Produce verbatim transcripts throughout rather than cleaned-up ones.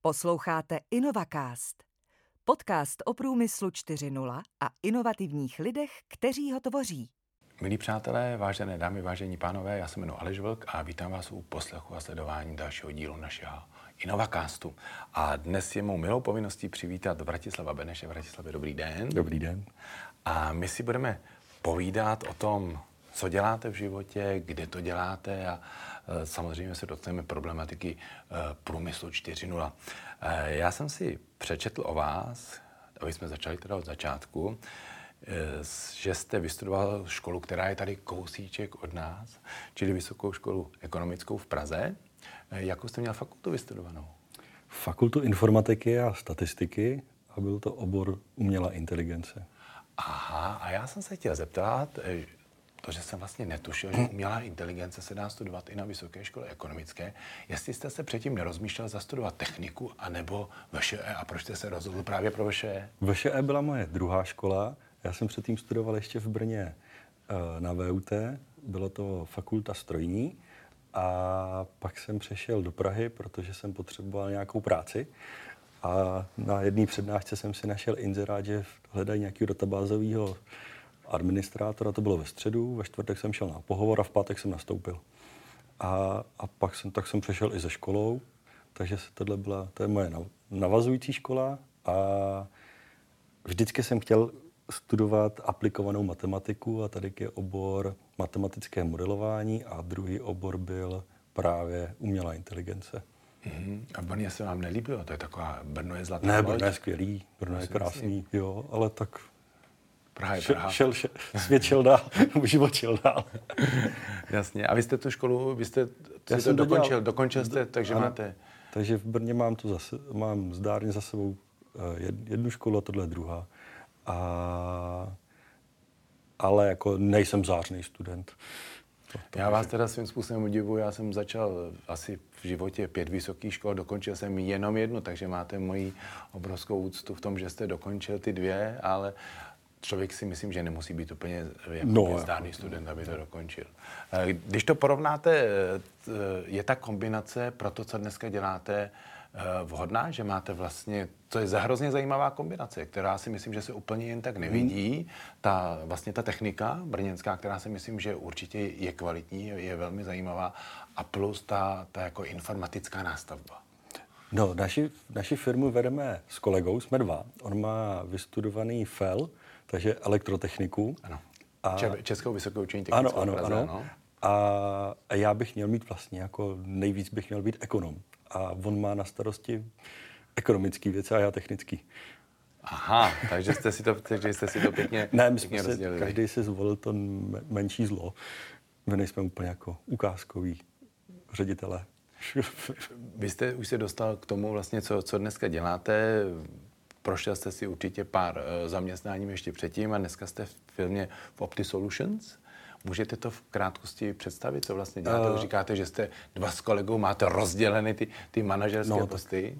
Posloucháte InnovaCast, podcast o průmyslu čtyři tečka nula a inovativních lidech, kteří ho tvoří. Milí přátelé, vážené dámy, vážení pánové, já se jmenuji Aleš Vlk a vítám vás u poslechu a sledování dalšího dílu našeho InnovaCastu. A dnes je mou milou povinností přivítat Vratislava Beneše. Vratislave, dobrý den. Dobrý den. A my si budeme povídat o tom, co děláte v životě, kde to děláte a e, samozřejmě se dotkneme problematiky e, průmyslu čtyři tečka nula. E, já jsem si přečetl o vás, aby jsme začali teda od začátku, e, že jste vystudoval školu, která je tady kousíček od nás, čili Vysokou školu ekonomickou v Praze. E, jakou jste měl fakultu vystudovanou? Fakultu informatiky a statistiky a byl to obor umělá inteligence. Aha, a já jsem se chtěl zeptat, to, že jsem vlastně netušil, že umělá inteligence se dá studovat i na Vysoké škole ekonomické. Jestli jste se předtím nerozmýšlel zastudovat techniku, anebo V Š E, a proč jste se rozhodl právě pro V Š E? V Š E byla moje druhá škola. Já jsem předtím studoval ještě v Brně na V U T. Bylo to fakulta strojní. A pak jsem přešel do Prahy, protože jsem potřeboval nějakou práci. A na jedné přednášce jsem si našel inzerát, že hledají nějakého databázového administrátora, to bylo ve středu, ve čtvrtek jsem šel na pohovor a v pátek jsem nastoupil. A, a pak jsem, tak jsem přešel i ze školou, takže tohle byla, to je moje navazující škola a vždycky jsem chtěl studovat aplikovanou matematiku a tady je obor matematické modelování a druhý obor byl právě umělá inteligence. Mm-hmm. A v Brně se vám nelíbilo? To je taková, Brno je zlatá Ne, loď. Brno je skvělý, Brno je krásný, jo, ale tak Praha je šel, Praha. šel, šel, svět šel dál, život šel dál. Jasně. A vy jste tu školu, vy jste Já si jsem to to dělal. dokončil, dokončil jste, takže Ano. máte... Takže v Brně mám to zase, mám zdárně za sebou jednu školu a tohle druhá. A, ale jako nejsem zářný student. To, to Já vás teda svým způsobem udivuji, já jsem začal asi v životě pět vysokých škol, dokončil jsem jenom jednu, takže máte moji obrovskou úctu v tom, že jste dokončil ty dvě, ale člověk si myslím, že nemusí být úplně jako no, zdárný student, aby to dokončil. Když to porovnáte, je ta kombinace pro to, co dneska děláte, vhodná, že máte vlastně, to je hrozně zajímavá kombinace, která si myslím, že se úplně jen tak nevidí. Ta vlastně ta technika brněnská, která si myslím, že určitě je kvalitní, je velmi zajímavá a plus ta, ta jako informatická nástavba. No, naši, naši firmu vedeme s kolegou, jsme dva. On má vystudovaný F E L, takže elektrotechniku. Ano. A Českou vysokou učení ano, technickou ano, Praze, ano. No. A, a já bych měl mít vlastně jako nejvíc bych měl být ekonom. A on má na starosti ekonomický věci a já technický. Aha, takže jste si to, takže jste si to pěkně, ne, my pěkně jsme si, rozdělili. každý si zvolil to menší zlo. My nejsme úplně jako ukázkoví ředitelé. Vy jste už se dostal k tomu vlastně, co, co dneska děláte. Prošel jste si určitě pár uh, zaměstnáním ještě předtím a dneska jste v firmě v Opti Solutions. Můžete to v krátkosti představit, co vlastně děláte? Uh, Říkáte, že jste dva s kolegou, máte rozděleny ty, ty manažerské no, posty.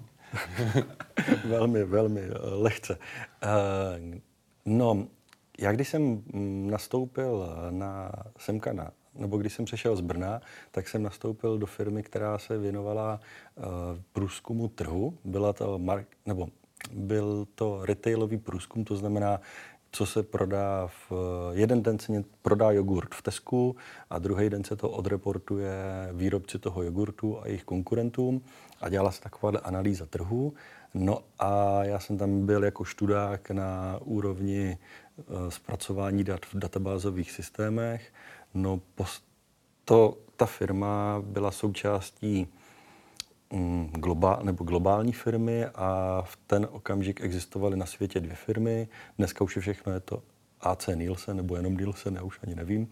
velmi, velmi lehce. Uh, no, já když jsem nastoupil na semka na nebo když jsem přešel z Brna, tak jsem nastoupil do firmy, která se věnovala uh, průzkumu trhu. Byla to mark, nebo byl to retailový průzkum, to znamená, co se prodá v jeden den se prodá jogurt v Tesku a druhý den se to odreportuje výrobci toho jogurtu a jejich konkurentům a dělala se taková analýza trhu. No a já jsem tam byl jako študák na úrovni uh, zpracování dat v databázových systémech. No, to, ta firma byla součástí mm, globál, nebo globální firmy a v ten okamžik existovaly na světě dvě firmy. Dneska už je všechno, je to A C Nielsen nebo jenom Nielsen, já už ani nevím.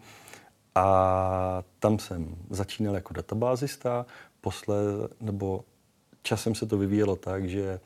A tam jsem začínal jako databázista, posle, nebo časem se to vyvíjelo tak, že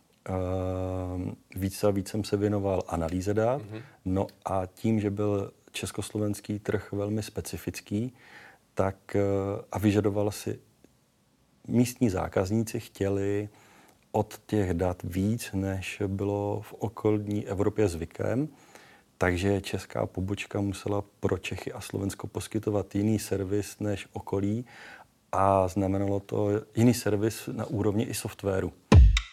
uh, víc a víc jsem se věnoval analýze dat. Mm-hmm. No a tím, že byl československý trh velmi specifický, tak a vyžadoval si, místní zákazníci chtěli od těch dat víc, než bylo v okolní Evropě zvykem, takže česká pobočka musela pro Čechy a Slovensko poskytovat jiný servis než okolí a znamenalo to jiný servis na úrovni i softwaru.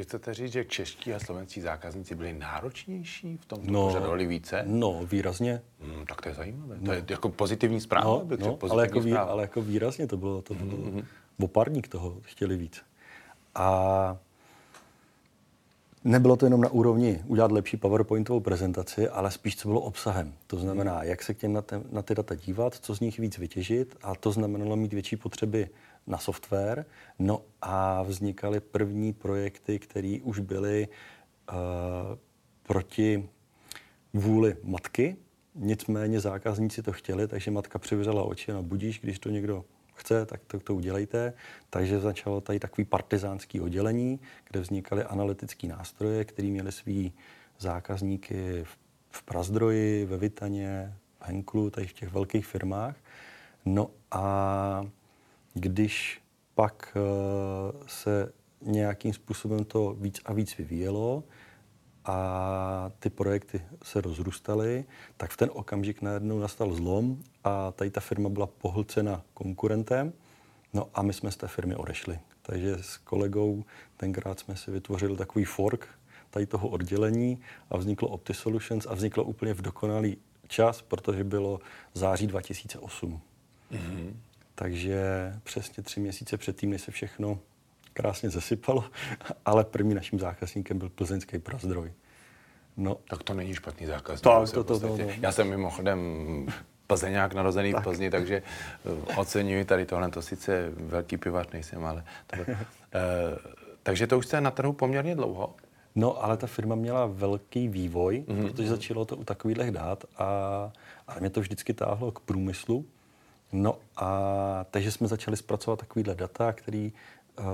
Takže chcete říct, že čeští a slovenští zákazníci byli náročnější v tomto, No, požadovali více? No, výrazně. Hmm, tak to je zajímavé. No. To je jako pozitivní zpráva. No, bych no, pozitivní ale, jako vý, zpráva. ale jako výrazně to bylo, to bylo Mm-hmm. opárník toho, chtěli víc. A nebylo to jenom na úrovni udělat lepší PowerPointovou prezentaci, ale spíš co bylo obsahem. To znamená, jak se k těm na, te, na ty data dívat, co z nich víc vytěžit, a to znamenalo mít větší potřeby na software. No a vznikaly první projekty, které už byly uh, proti vůli matky. Nicméně zákazníci to chtěli, takže matka přivřela oči a budíš, když to někdo chce, tak to, to udělejte. Takže začalo tady takový partizánský oddělení, kde vznikaly analytické nástroje, které měly svý zákazníky v, v Prazdroji, ve Vitaně, v Henklu, tady v těch velkých firmách. No a když pak uh, se nějakým způsobem to víc a víc vyvíjelo a ty projekty se rozrůstaly, tak v ten okamžik najednou nastal zlom a tady ta firma byla pohlcena konkurentem, no a my jsme z té firmy odešli. Takže s kolegou tenkrát jsme si vytvořili takový fork tady toho oddělení a vzniklo Opti Solutions a vzniklo úplně v dokonalý čas, protože bylo září dva tisíce osm. Mm-hmm. Takže přesně tři měsíce předtím, než se všechno krásně zesypalo, ale prvním naším zákazníkem byl plzeňský Prazdroj. No. Tak to není špatný zákazník. Tak, to, to, to, to. Já jsem mimochodem Plzeňák narozený tak. v Plzni, takže oceňuji tady tohle. To sice velký pivař nejsem, ale... To byl, uh, takže to už jste na trhu poměrně dlouho? No, ale ta firma měla velký vývoj, mm-hmm. protože začalo to u takových dát a, a mě to vždycky táhlo k průmyslu. No a takže jsme začali zpracovat takovýhle data, který uh,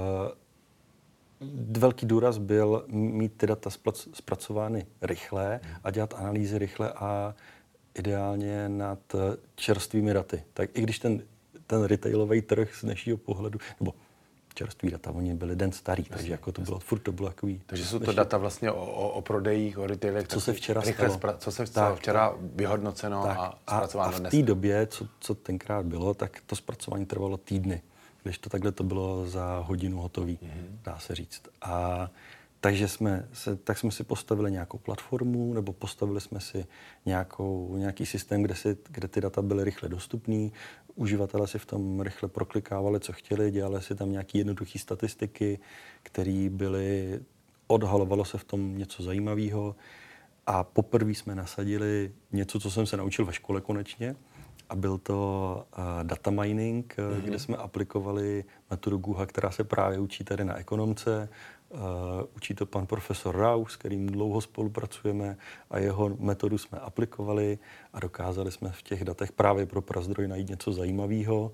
velký důraz byl mít ty data zpracovány rychle a dělat analýzy rychle a ideálně nad čerstvými daty. Tak i když ten, ten retailový trh z dnešního pohledu, nebo čerství data, oni byli den starý, jasně, takže jako to bylo, furt to bylo takový... Takže jsou to data vlastně o, o, o prodejích, o retailech, co se včera rychle stalo. Spra- co se tak, včera tak, vyhodnoceno tak, a zpracováno dnes. A v té době, co, co tenkrát bylo, tak to zpracování trvalo týdny. Když to takhle to bylo za hodinu hotový, mm-hmm. dá se říct. A takže jsme se, tak jsme si postavili nějakou platformu, nebo postavili jsme si nějakou, nějaký systém, kde, si, kde ty data byly rychle dostupný. Uživatelé si v tom rychle proklikávali, co chtěli, dělali si tam nějaké jednoduché statistiky, které byly, odhalovalo se v tom něco zajímavého. A poprvé jsme nasadili něco, co jsem se naučil ve škole konečně, a byl to uh, data mining, mm-hmm. kde jsme aplikovali metodu Guha, která se právě učí tady na ekonomce. Uh, učí to pan profesor Rau, s kterým dlouho spolupracujeme, a jeho metodu jsme aplikovali a dokázali jsme v těch datech právě pro Prazdroj najít něco zajímavého.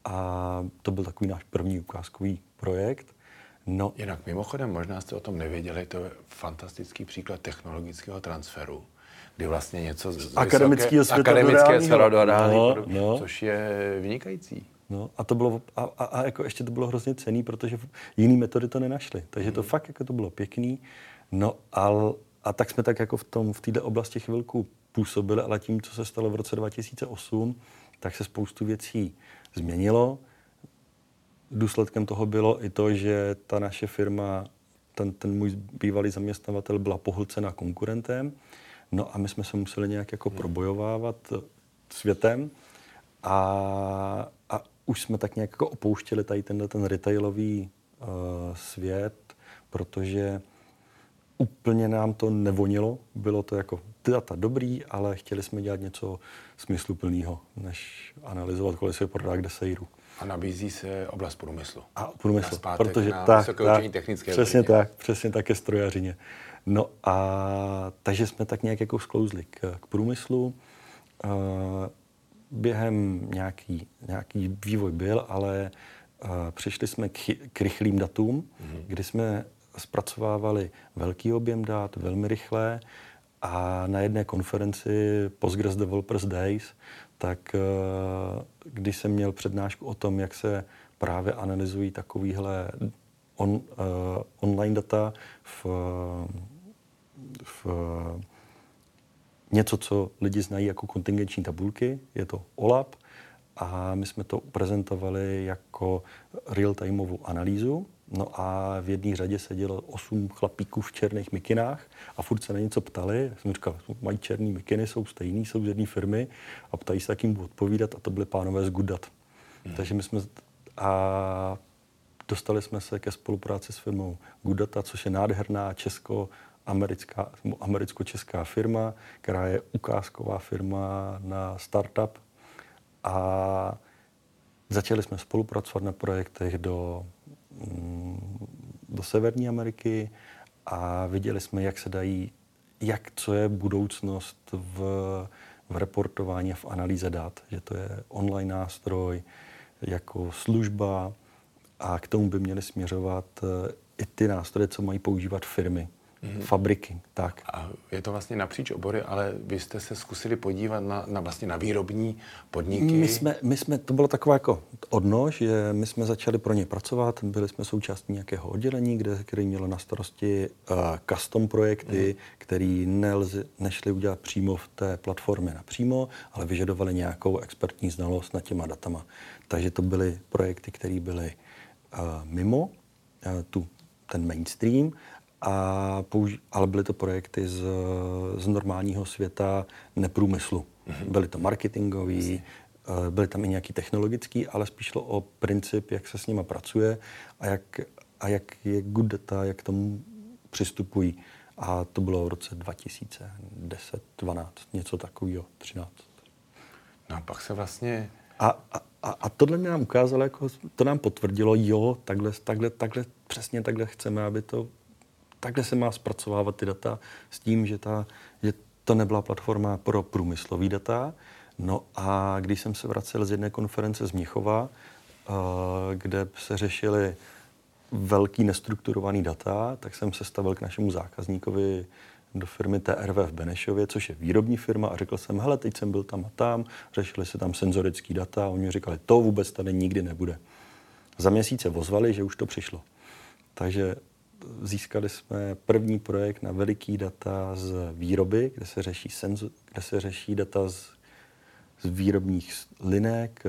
A to byl takový náš první ukázkový projekt. No. Jinak mimochodem, možná jste o tom nevěděli, to je fantastický příklad technologického transferu, kdy vlastně něco z akademického světa akademické sféra do reálného, no, no. což je vynikající. No, a to bylo a, a, a jako ještě to bylo hrozně cenný, protože jiný metody to nenašly. Takže to mm. fakt jako to bylo pěkný. No a, a tak jsme tak jako v tom v této oblasti chvilku působili, ale tím, co se stalo v roce dva tisíce osm, tak se spoustu věcí změnilo. Důsledkem toho bylo i to, že ta naše firma, ten, ten můj bývalý zaměstnavatel, byla pohlcena konkurentem. No a my jsme se museli nějak jako probojovávat světem a, a už jsme tak nějak jako opouštěli tady tenhle ten retailový uh, svět, protože úplně nám to nevonilo. Bylo to jako ty data dobrý, ale chtěli jsme dělat něco smysluplného, než analyzovat, kolik se prodá kde sejru. A nabízí se oblast průmyslu. A průmysl, zpátek, protože na tak, tak technické přesně úrovně. tak, přesně tak ke strojařině. No a takže jsme tak nějak jako sklouzli k, k průmyslu. Uh, během nějaký, nějaký vývoj byl, ale uh, přišli jsme k, k rychlým datům, mm-hmm. kdy jsme zpracovávali velký objem dat, velmi rychle, a na jedné konferenci Postgres Developers Days, tak uh, když jsem měl přednášku o tom, jak se právě analyzují takovýhle on, uh, online data v, v něco, co lidi znají jako kontingenční tabulky, je to O L A P, a my jsme to prezentovali jako real-timeovou analýzu, No a v jedné řadě sedělo osm chlapíků v černých mikinách a furt se na něco ptali. Já jsem říkal, mají černý mikiny, jsou stejný, jsou z jedné firmy a ptají se, jak jim budu odpovídat, a to byly pánové z Goodat. Hmm. Takže my jsme a dostali jsme se ke spolupráci s firmou Goodata, což je nádherná česko americká, americko-česká firma, která je ukázková firma na startup, a začali jsme spolupracovat na projektech do, do Severní Ameriky a viděli jsme, jak se dají, jak co je budoucnost v, v reportování a v analýze dat, že to je online nástroj jako služba a k tomu by měly směřovat i ty nástroje, co mají používat firmy. Mm-hmm. Fabriky, tak. A je to vlastně napříč obory, ale vy jste se zkusili podívat na, na vlastně na výrobní podniky? My jsme, my jsme, to bylo takové jako odnož, že my jsme začali pro ně pracovat, byli jsme součástí nějakého oddělení, kde, který mělo na starosti uh, custom projekty, mm. který nelze, nešli udělat přímo v té platformě napřímo, ale vyžadovali nějakou expertní znalost nad těma datama. Takže to byly projekty, které byly uh, mimo uh, tu, ten mainstream, a použi- ale byly to projekty z, z normálního světa neprůmyslu. Mm-hmm. Byly to marketingový, uh, byly tam i nějaký technologický, ale spíš šlo o princip, jak se s nima pracuje a jak, a jak je Goodata, jak k tomu přistupují. A to bylo v roce dva tisíce deset, dvanáct, něco takového, třináct. No a pak se vlastně... A, a, a tohle nám ukázalo, jako, to nám potvrdilo, jo, takhle, takhle, takhle, přesně takhle chceme, aby to, takhle se má zpracovávat ty data s tím, že, ta, že to nebyla platforma pro průmyslový data. No a když jsem se vracel z jedné konference z Mnichova, uh, kde se řešily velký nestrukturovaný data, tak jsem se stavil k našemu zákazníkovi do firmy T R V v Benešově, což je výrobní firma, a řekl jsem, hele, teď jsem byl tam a tam, řešili se tam senzorický data a oni mi říkali, to vůbec tady nikdy nebude. Za měsíc se ozvali, že už to přišlo. Takže získali jsme první projekt na veliký data z výroby, kde se řeší, senzo, kde se řeší data z, z výrobních linek,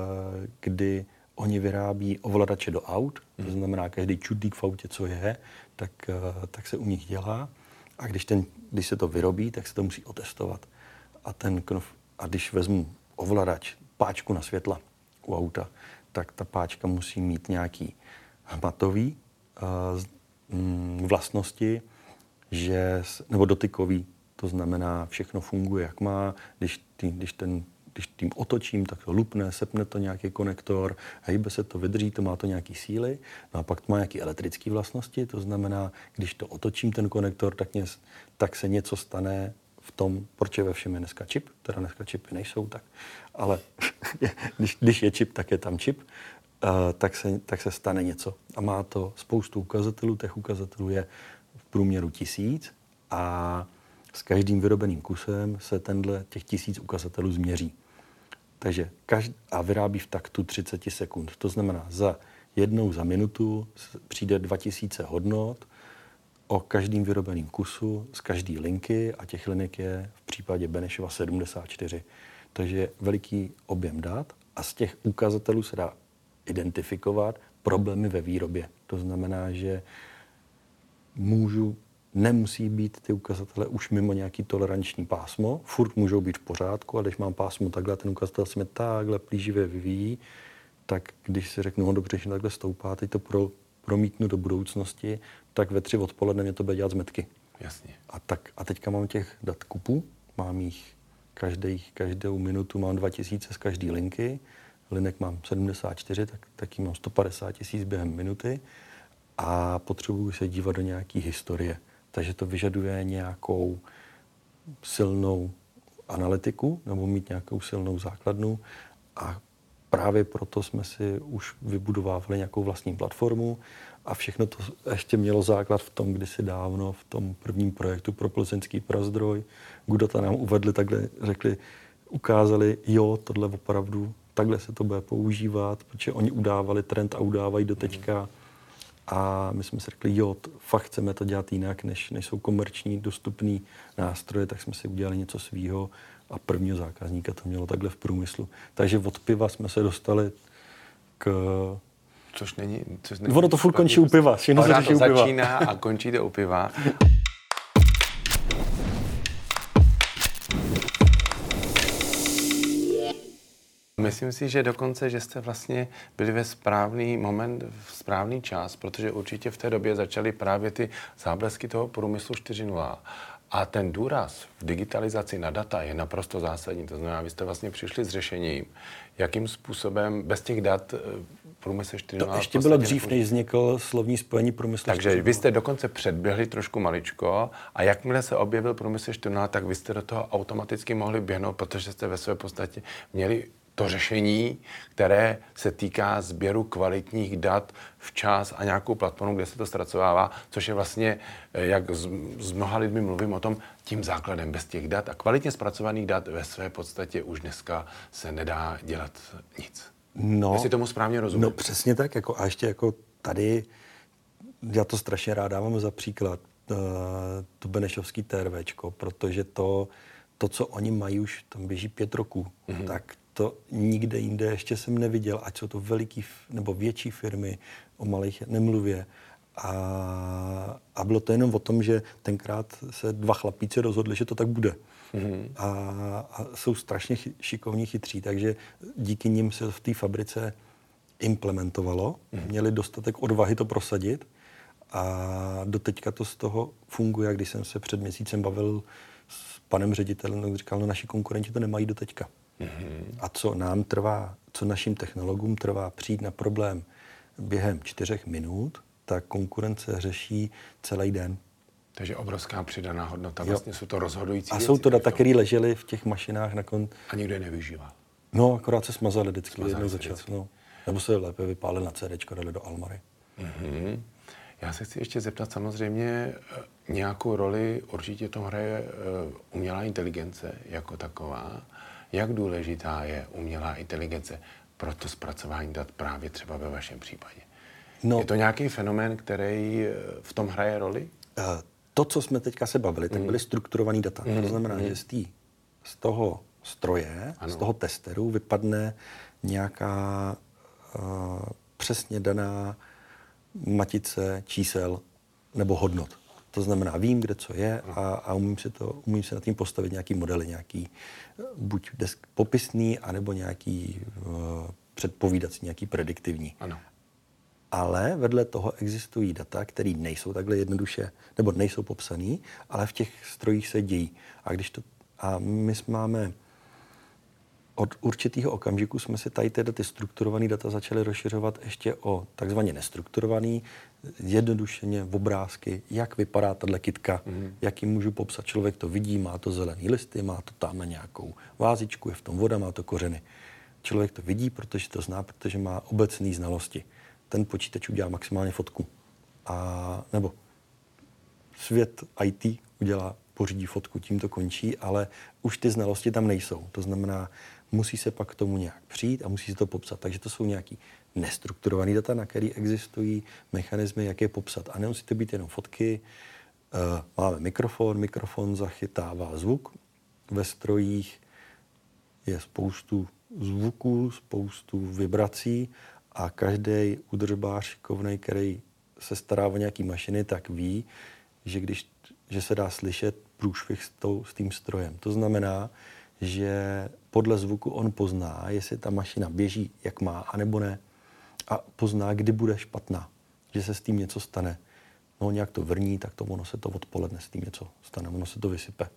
kdy oni vyrábí ovladače do aut, to znamená, každý čudlík v autě, co je, tak, tak se u nich dělá. A když, ten, když se to vyrobí, tak se to musí otestovat. A, ten knof, a když vezmu ovladač, páčku na světla u auta, tak ta páčka musí mít nějaký hmatový uh, vlastnosti, že, nebo dotykový, to znamená, všechno funguje, jak má. Když, tý, když, ten, když tím otočím, tak to lupne, sepne to nějaký konektor, hejbe se to, vydrží to, má to nějaký síly. No a pak to má nějaké elektrické vlastnosti, to znamená, když to otočím ten konektor, tak, ně, tak se něco stane v tom, proč je ve všem je dneska čip, teda dneska čipy nejsou, tak, ale když, když je čip, tak je tam čip, uh, tak, se, tak se stane něco. A má to spoustu ukazatelů, těch ukazatelů je v průměru tisíc a s každým vyrobeným kusem se tenhle těch tisíc ukazatelů změří. Takže každý, a vyrábí v taktu třicet sekund. To znamená, za jednou za minutu přijde dva tisíce hodnot o každým vyrobeným kusu z každé linky a těch linek je v případě Benešova sedmdesát čtyři. Takže je veliký objem dat a z těch ukazatelů se dá identifikovat problémy ve výrobě. To znamená, že můžu nemusí být ty ukazatele už mimo nějaký toleranční pásmo. Furt můžou být v pořádku, a když mám pásmo takhle, ten ukazatel se mi takhle plíživě vyvíjí, tak když si řeknu, no dobře, že takhle stoupá, teď to pro, promítnu do budoucnosti, tak ve tři odpoledne mě to bude dělat zmetky. Jasně. A, tak, a teďka mám těch dat kupů, mám jich každý, každou minutu mám dva tisíce z každé linky, linek mám sedmdesát čtyři, tak taky mám sto padesát tisíc během minuty a potřebuju se dívat do nějaké historie. Takže to vyžaduje nějakou silnou analytiku nebo mít nějakou silnou základnu a právě proto jsme si už vybudovávali nějakou vlastní platformu a všechno to ještě mělo základ v tom, kdysi dávno v tom prvním projektu pro plzeňský prazdroj. Goodata nám uvedli takhle, řekli, ukázali, jo, tohle opravdu, takhle se to bude používat, protože oni udávali trend a udávají do teďka. A my jsme si řekli, jo, t- fakt chceme to dělat jinak, než, než jsou komerční dostupný nástroje, tak jsme si udělali něco svýho a prvního zákazníka to mělo takhle v průmyslu. Takže od piva jsme se dostali k... Což není... Což není ono to furt končí u piva. Všechno se řeší u piva. Začíná a končí to u piva. Myslím si, že dokonce, že jste vlastně byli ve správný moment, v správný čas, protože určitě v té době začaly právě ty záblesky toho průmyslu čtyři tečka nula. A ten důraz v digitalizaci na data je naprosto zásadní. To znamená, vy jste vlastně přišli s řešením, jakým způsobem bez těch dat průmysl čtyři tečka nula... To ještě bylo dřív, než vznikl slovní spojení průmyslu čtyři tečka nula. Takže vy jste dokonce předběhli trošku maličko a jakmile se objevil průmysl čtyři tečka nula, tak vy jste do toho automaticky mohli běhnout, protože jste ve své podstatě měli to řešení, které se týká sběru kvalitních dat včas a nějakou platformu, kde se to zpracovává, což je vlastně, jak s, s mnoha lidmi mluvím o tom, tím základem. Bez těch dat a kvalitně zpracovaných dat ve své podstatě už dneska se nedá dělat nic. No, jestli tomu správně rozumím. No přesně tak. Jako, a ještě jako tady, já to strašně rád dávám za příklad, uh, to benešovský TRVčko, protože to, to, co oni mají už, tam běží pět roků, mm-hmm. tak to nikde jinde ještě jsem neviděl, ať jsou to veliký nebo větší firmy, o malých nemluvě. A, a bylo to jenom o tom, že tenkrát se dva chlapíci rozhodli, že to tak bude. Mm-hmm. A, a jsou strašně chy, šikovní, chytří, takže díky nim se v té fabrice implementovalo, mm-hmm. měli dostatek odvahy to prosadit a doteďka to z toho funguje. Když jsem se před měsícem bavil s panem ředitelem, tak říkal, no naši konkurenti to nemají doteďka. Mm-hmm. A co nám trvá, co našim technologům trvá přijít na problém během čtyřech minut, tak konkurence řeší celý den. Takže obrovská přidaná hodnota, vlastně jo. Jsou to rozhodující A věci. jsou to data, které ležely v těch mašinách na kon... A nikdo je nevyužíval. No, akorát se smazaly vždycky jednou za čas. Vždycky. No. Nebo se lépe vypálili na CDčko, dali do Almary. Mm-hmm. Já se chci ještě zeptat, samozřejmě nějakou roli určitě tom hraje umělá inteligence jako taková. Jak důležitá je umělá inteligence pro to zpracování dat právě třeba ve vašem případě? No, je to nějaký fenomén, který v tom hraje roli? To, co jsme teďka se bavili, tak Mm. byly strukturovaný data. Mm. To znamená, mm. že z, tý, z toho stroje, ano. z toho testeru vypadne nějaká uh, přesně daná matice čísel nebo hodnot. To znamená, vím, kde co je a, a umím, si to, umím si nad tím postavit nějaký modely, nějaký buď desk popisný, anebo nějaký uh, předpovídací, nějaký prediktivní. Ano. Ale vedle toho existují data, které nejsou takhle jednoduše, nebo nejsou popsané, ale v těch strojích se dějí. A, když to, a my máme od určitého okamžiku jsme si tady ty strukturované data začali rozšiřovat ještě o takzvaně nestrukturovaný, jednodušeně v obrázky, jak vypadá tato kytka, mm. jak ji můžu popsat. Člověk to vidí, má to zelený listy, má to tam na nějakou vázičku, je v tom voda, má to kořeny. Člověk to vidí, protože to zná, protože má obecné znalosti. Ten počítač udělá maximálně fotku. A, nebo svět í té udělá, pořídí fotku, tím to končí, ale už ty znalosti tam nejsou. To znamená, musí se pak k tomu nějak přijít a musí se to popsat. Takže to jsou nějaký nestrukturované data, na které existují mechanismy, jak je popsat. A nemusí to být jenom fotky. Uh, máme mikrofon, mikrofon zachytává zvuk. Ve strojích je spoustu zvuků, spoustu vibrací a každý údržbář šikovnej, který se stará o nějaký mašiny, tak ví, že, když, že se dá slyšet průšvih s, tou, s tím strojem. To znamená, že podle zvuku on pozná, jestli ta mašina běží, jak má, anebo ne. A pozná, kdy bude špatná, že se s tím něco stane. No nějak to vrní, tak to ono se to odpoledne s tím něco stane, ono se to vysype.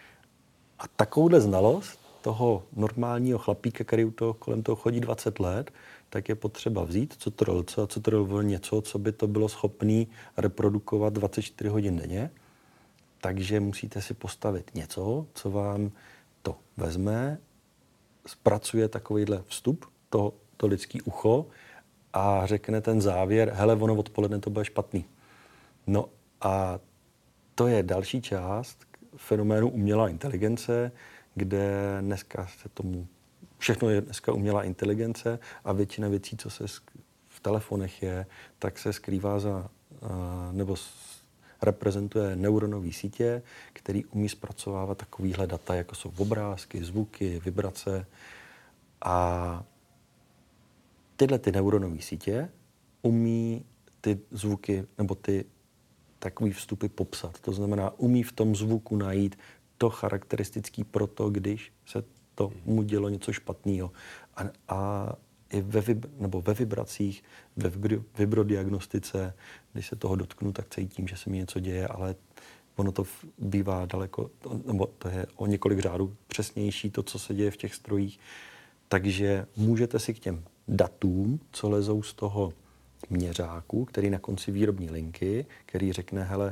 A takovouhle znalost toho normálního chlapíka, který u toho, kolem toho chodí dvacet let, tak je potřeba vzít Cotrl-C a Cotrl-V něco, co by to bylo schopné reprodukovat dvacet čtyři hodin denně. Takže musíte si postavit něco, co vám to vezme, zpracuje takovýhle vstup, to, to lidský ucho a řekne ten závěr, hele, ono odpoledne to bude špatný. No a to je další část fenoménu umělá inteligence, kde dneska se tomu, všechno je dneska umělá inteligence a většina věcí, co se v telefonech je, tak se skrývá za, nebo reprezentuje neuronové sítě, které umí zpracovávat takovýhle data, jako jsou obrázky, zvuky, vibrace. A tyhle ty neuronové sítě umí ty zvuky nebo ty takový vstupy popsat. To znamená, umí v tom zvuku najít to charakteristický pro to, když se to mu dělo něco špatného. A, a i ve, vib, nebo ve vibracích, ve vibro, vibrodiagnostice, když se toho dotknu, tak cítím, že se mi něco děje, ale ono to bývá daleko, nebo to je o několik řádů přesnější to, co se děje v těch strojích. Takže můžete si k těm datům, co lezou z toho měřáku, který na konci výrobní linky, který řekne, hele,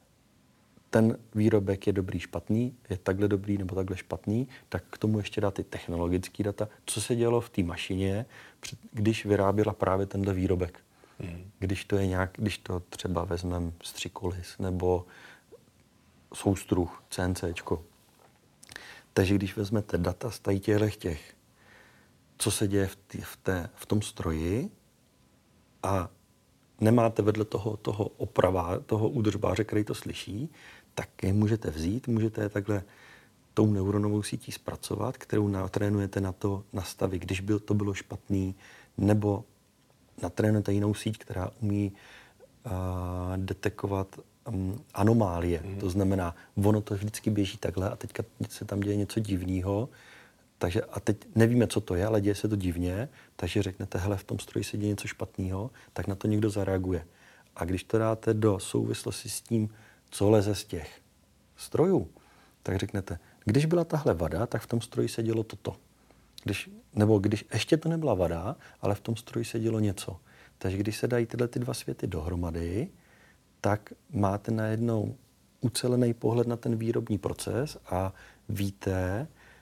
ten výrobek je dobrý, špatný, je takhle dobrý nebo takhle špatný, tak k tomu ještě dá ty technologické data, co se dělo v té mašině, když vyráběla právě tenhle výrobek. Hmm. Když to je nějak, když to třeba vezmeme střikolis nebo soustruh, CNCčko. Takže když vezmete data z těch těch, co se děje v, tý, v, té, v tom stroji a nemáte vedle toho, toho oprava, toho údržbáře, který to slyší, tak je můžete vzít, můžete je takhle tou neuronovou sítí zpracovat, kterou natrénujete na to nastavit, když byl, to bylo špatný, nebo natrénujete jinou síť, která umí uh, detekovat um, anomálie. Mm. To znamená, ono to vždycky běží takhle a teďka se tam děje něco divného, takže a teď nevíme, co to je, ale děje se to divně, takže řeknete, hele, v tom stroji se děje něco špatného, tak na to někdo zareaguje. A když to dáte do souvislosti s tím, co leze z těch strojů, tak řeknete, když byla tahle vada, tak v tom stroji se dělo toto. Když, nebo když ještě to nebyla vada, ale v tom stroji se dělo něco. Takže když se dají tyhle ty dva světy dohromady, tak máte najednou ucelený pohled na ten výrobní proces a víte,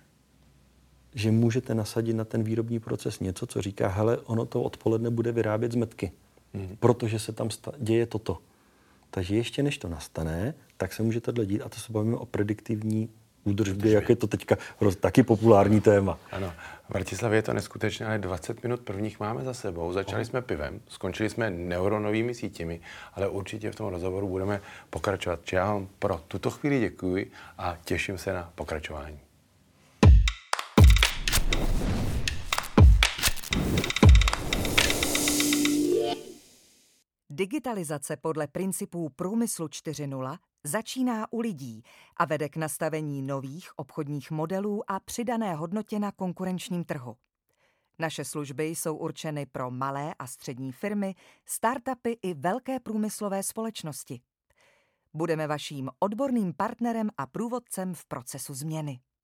že můžete nasadit na ten výrobní proces něco, co říká, hele, ono to odpoledne bude vyrábět zmetky, mm. protože se tam sta- děje toto. Takže ještě než to nastane, tak se může tohle dít a to se bavíme o prediktivní údržbě, jak je to teďka taky populární téma. Ano, v Bratislavě je to neskutečné, ale dvacet minut prvních máme za sebou. Začali jsme pivem, skončili jsme neuronovými sítěmi, ale určitě v tom rozhovoru budeme pokračovat. Či já vám pro tuto chvíli děkuji a těším se na pokračování. Digitalizace podle principů průmyslu čtyři tečka nula začíná u lidí a vede k nastavení nových obchodních modelů a přidané hodnotě na konkurenčním trhu. Naše služby jsou určeny pro malé a střední firmy, startupy i velké průmyslové společnosti. Budeme vaším odborným partnerem a průvodcem v procesu změny.